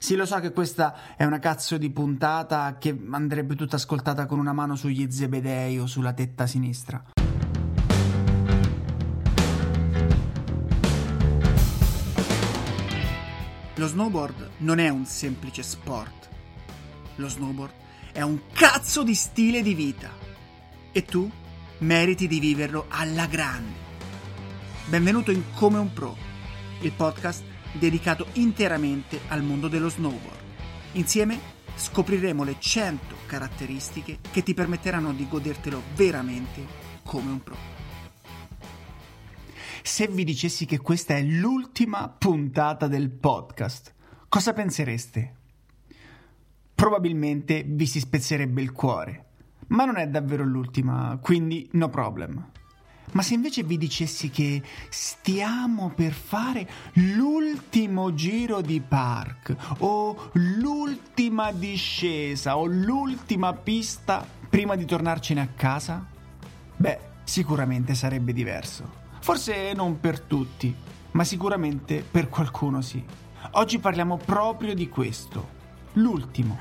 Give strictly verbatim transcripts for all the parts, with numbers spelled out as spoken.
Sì, lo so che questa è una cazzo di puntata che andrebbe tutta ascoltata con una mano sugli zebedei o sulla tetta sinistra. Lo snowboard non è un semplice sport. Lo snowboard è un cazzo di stile di vita. E tu meriti di viverlo alla grande. Benvenuto in Come un Pro, il podcast dedicato interamente al mondo dello snowboard. Insieme scopriremo le cento caratteristiche che ti permetteranno di godertelo veramente come un pro. Se vi dicessi che questa è l'ultima puntata del podcast, cosa pensereste? Probabilmente vi si spezzerebbe il cuore, ma non è davvero l'ultima, quindi no problem. Ma se invece vi dicessi che stiamo per fare l'ultimo giro di park o l'ultima discesa o l'ultima pista prima di tornarcene a casa? Beh, sicuramente sarebbe diverso. Forse non per tutti, ma sicuramente per qualcuno sì. Oggi parliamo proprio di questo, l'ultimo.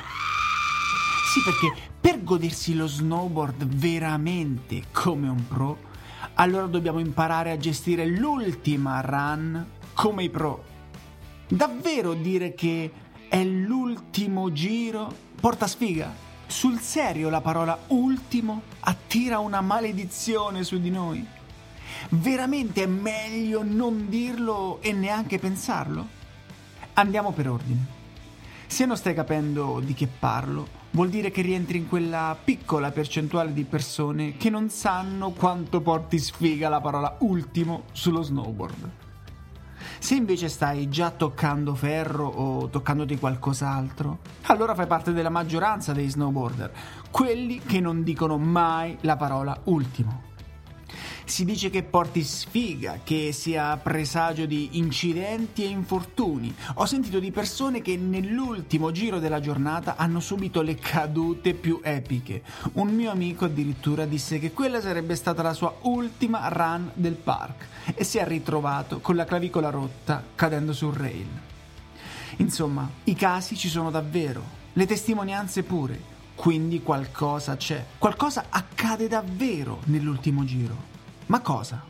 Sì, perché per godersi lo snowboard veramente come un pro, allora dobbiamo imparare a gestire l'ultima run come i pro. Davvero dire che è l'ultimo giro porta sfiga? Sul serio la parola ultimo attira una maledizione su di noi? Veramente è meglio non dirlo e neanche pensarlo? Andiamo per ordine. Se non stai capendo di che parlo, vuol dire che rientri in quella piccola percentuale di persone che non sanno quanto porti sfiga la parola ultimo sullo snowboard. Se invece stai già toccando ferro o toccandoti qualcos'altro, allora fai parte della maggioranza dei snowboarder, quelli che non dicono mai la parola ultimo. Si dice che porti sfiga, che sia presagio di incidenti e infortuni. Ho sentito di persone che nell'ultimo giro della giornata hanno subito le cadute più epiche. Un mio amico addirittura disse che quella sarebbe stata la sua ultima run del park e si è ritrovato con la clavicola rotta cadendo sul rail. Insomma, i casi ci sono davvero, le testimonianze pure, quindi qualcosa c'è, qualcosa accade davvero nell'ultimo giro. Ma cosa?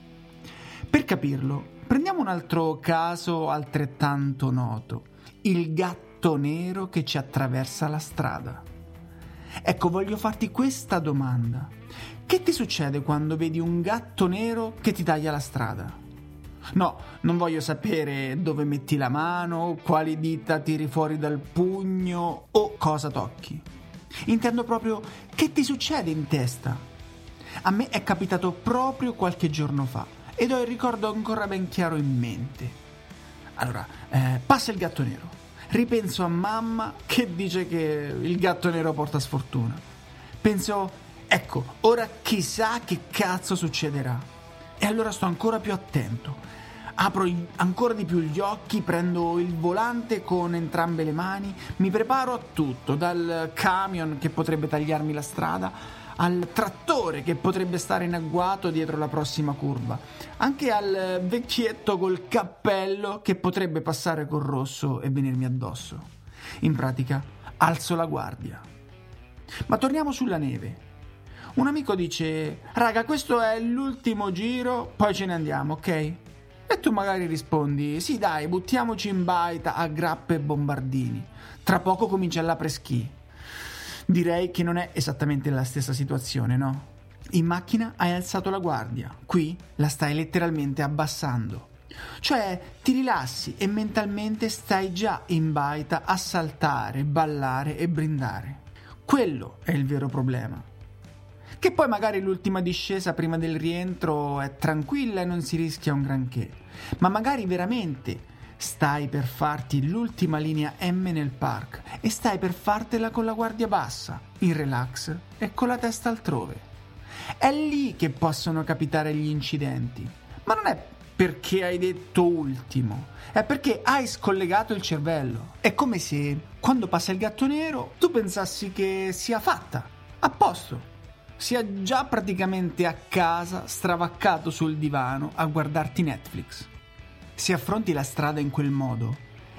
Per capirlo, prendiamo un altro caso altrettanto noto, il gatto nero che ci attraversa la strada. Ecco, voglio farti questa domanda. Che ti succede quando vedi un gatto nero che ti taglia la strada? No, non voglio sapere dove metti la mano, quali dita tiri fuori dal pugno o cosa tocchi. Intendo proprio che ti succede in testa. A me è capitato proprio qualche giorno fa ed ho il ricordo ancora ben chiaro in mente. Allora, eh, passa il gatto nero. Ripenso a mamma che dice che il gatto nero porta sfortuna. Penso, ecco, ora chissà che cazzo succederà. E allora sto ancora più attento. Apro ancora di più gli occhi, prendo il volante con entrambe le mani, mi preparo a tutto, dal camion che potrebbe tagliarmi la strada al trattore che potrebbe stare in agguato dietro la prossima curva, anche al vecchietto col cappello che potrebbe passare col rosso e venirmi addosso. In pratica, alzo la guardia. Ma torniamo sulla neve. Un amico dice: raga, questo è l'ultimo giro, poi ce ne andiamo, ok? E tu magari rispondi: sì dai, buttiamoci in baita a grappe e bombardini, tra poco comincia l'après-ski. Direi che non è esattamente la stessa situazione, no? In macchina hai alzato la guardia, qui la stai letteralmente abbassando. Cioè ti rilassi e mentalmente stai già in baita a saltare, ballare e brindare. Quello è il vero problema. Che poi magari l'ultima discesa prima del rientro è tranquilla e non si rischia un granché, ma magari veramente stai per farti l'ultima linea M nel park e stai per fartela con la guardia bassa, in relax e con la testa altrove. È lì che possono capitare gli incidenti, ma non è perché hai detto ultimo, è perché hai scollegato il cervello. È come se quando passa il gatto nero tu pensassi che sia fatta, a posto, sia già praticamente a casa stravaccato sul divano a guardarti Netflix. Se affronti la strada in quel modo,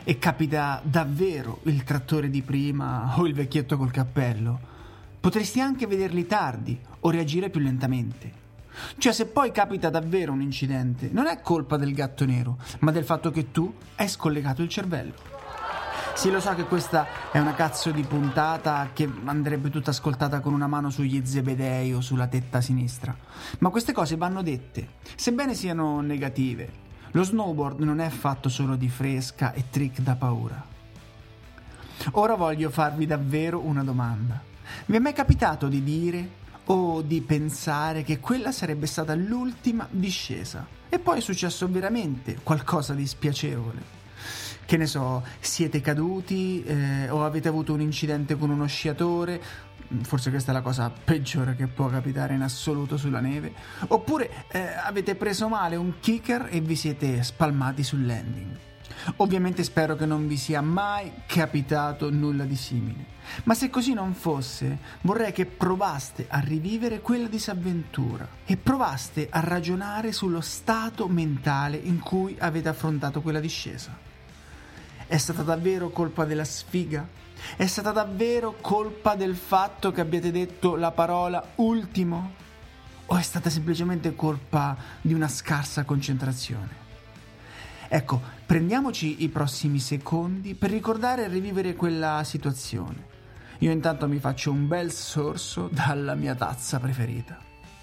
e capita davvero il trattore di prima o il vecchietto col cappello, potresti anche vederli tardi o reagire più lentamente. Cioè, se poi capita davvero un incidente, non è colpa del gatto nero, ma del fatto che tu hai scollegato il cervello. Sì, lo so che questa è una cazzo di puntata che andrebbe tutta ascoltata con una mano sugli zebedei o sulla tetta sinistra, ma queste cose vanno dette, sebbene siano negative. Lo snowboard non è fatto solo di fresca e trick da paura. Ora voglio farvi davvero una domanda. Vi è mai capitato di dire o di pensare che quella sarebbe stata l'ultima discesa e poi è successo veramente qualcosa di spiacevole? Che ne so, siete caduti eh, o avete avuto un incidente con uno sciatore, forse questa è la cosa peggiore che può capitare in assoluto sulla neve, oppure eh, avete preso male un kicker e vi siete spalmati sul landing. Ovviamente spero che non vi sia mai capitato nulla di simile, ma se così non fosse, vorrei che provaste a rivivere quella disavventura e provaste a ragionare sullo stato mentale in cui avete affrontato quella discesa. È stata davvero colpa della sfiga? È stata davvero colpa del fatto che abbiate detto la parola ultimo? O è stata semplicemente colpa di una scarsa concentrazione? Ecco, prendiamoci i prossimi secondi per ricordare e rivivere quella situazione. Io intanto mi faccio un bel sorso dalla mia tazza preferita.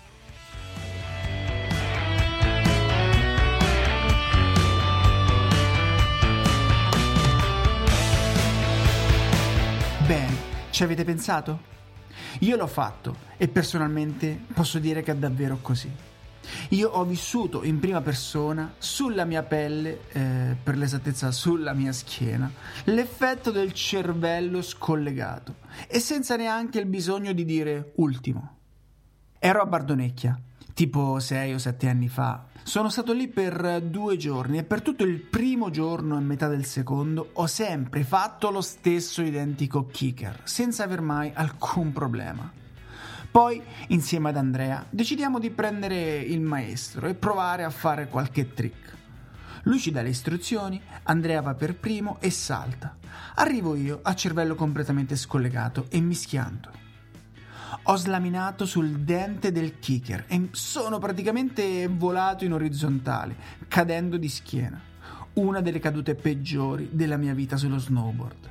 Bene, ci avete pensato? Io l'ho fatto e personalmente posso dire che è davvero così. Io ho vissuto in prima persona, sulla mia pelle, eh, per l'esattezza sulla mia schiena, l'effetto del cervello scollegato e senza neanche il bisogno di dire ultimo. Ero a Bardonecchia, tipo sei o sette anni fa. Sono stato lì per due giorni e per tutto il primo giorno e metà del secondo ho sempre fatto lo stesso identico kicker, senza aver mai alcun problema. Poi, insieme ad Andrea, decidiamo di prendere il maestro e provare a fare qualche trick. Lui ci dà le istruzioni, Andrea va per primo e salta. Arrivo io a cervello completamente scollegato e mischianto. Ho slaminato sul dente del kicker e sono praticamente volato in orizzontale, cadendo di schiena. Una delle cadute peggiori della mia vita sullo snowboard.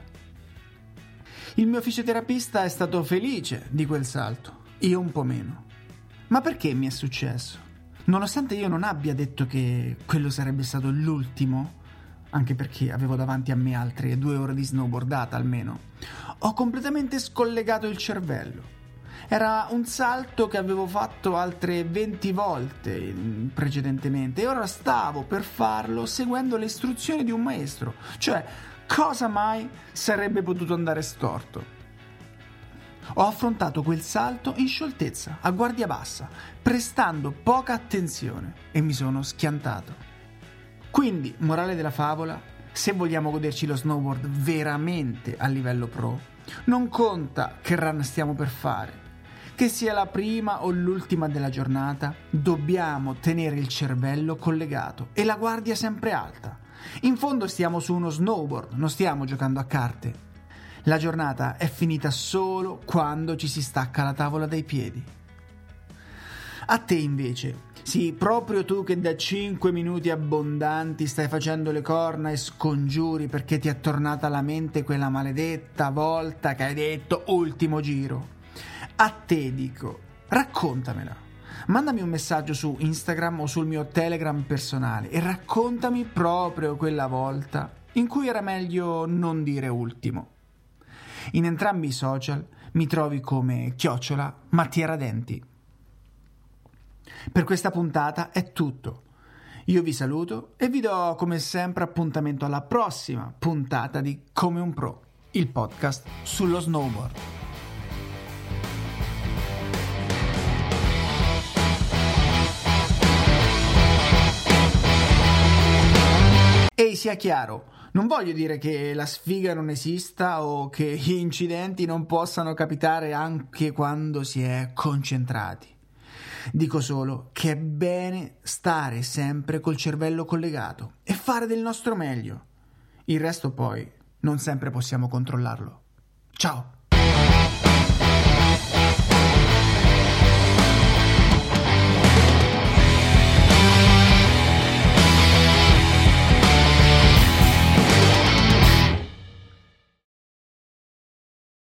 Il mio fisioterapista è stato felice di quel salto. Io un po' meno. Ma perché mi è successo? Nonostante io non abbia detto che quello sarebbe stato l'ultimo, anche perché avevo davanti a me altre due ore di snowboardata almeno, ho completamente scollegato il cervello. Era un salto che avevo fatto altre venti volte precedentemente e ora stavo per farlo seguendo le istruzioni di un maestro. Cioè, cosa mai sarebbe potuto andare storto? Ho affrontato quel salto in scioltezza, a guardia bassa, prestando poca attenzione e mi sono schiantato. Quindi, morale della favola, se vogliamo goderci lo snowboard veramente a livello pro, non conta che run stiamo per fare. Che sia la prima o l'ultima della giornata, dobbiamo tenere il cervello collegato e la guardia sempre alta. In fondo stiamo su uno snowboard, non stiamo giocando a carte. La giornata è finita solo quando ci si stacca la tavola dai piedi. A te invece, sì, proprio tu che da cinque minuti abbondanti stai facendo le corna e scongiuri perché ti è tornata alla mente quella maledetta volta che hai detto ultimo giro. A te dico, raccontamela. Mandami un messaggio su Instagram o sul mio Telegram personale e raccontami proprio quella volta in cui era meglio non dire ultimo. In entrambi i social mi trovi come chiocciola Mattia Radenti. Per questa puntata è tutto. Io vi saluto e vi do come sempre appuntamento alla prossima puntata di Come un Pro, il podcast sullo snowboard. Ehi, sia chiaro, non voglio dire che la sfiga non esista o che gli incidenti non possano capitare anche quando si è concentrati. Dico solo che è bene stare sempre col cervello collegato e fare del nostro meglio. Il resto poi non sempre possiamo controllarlo. Ciao!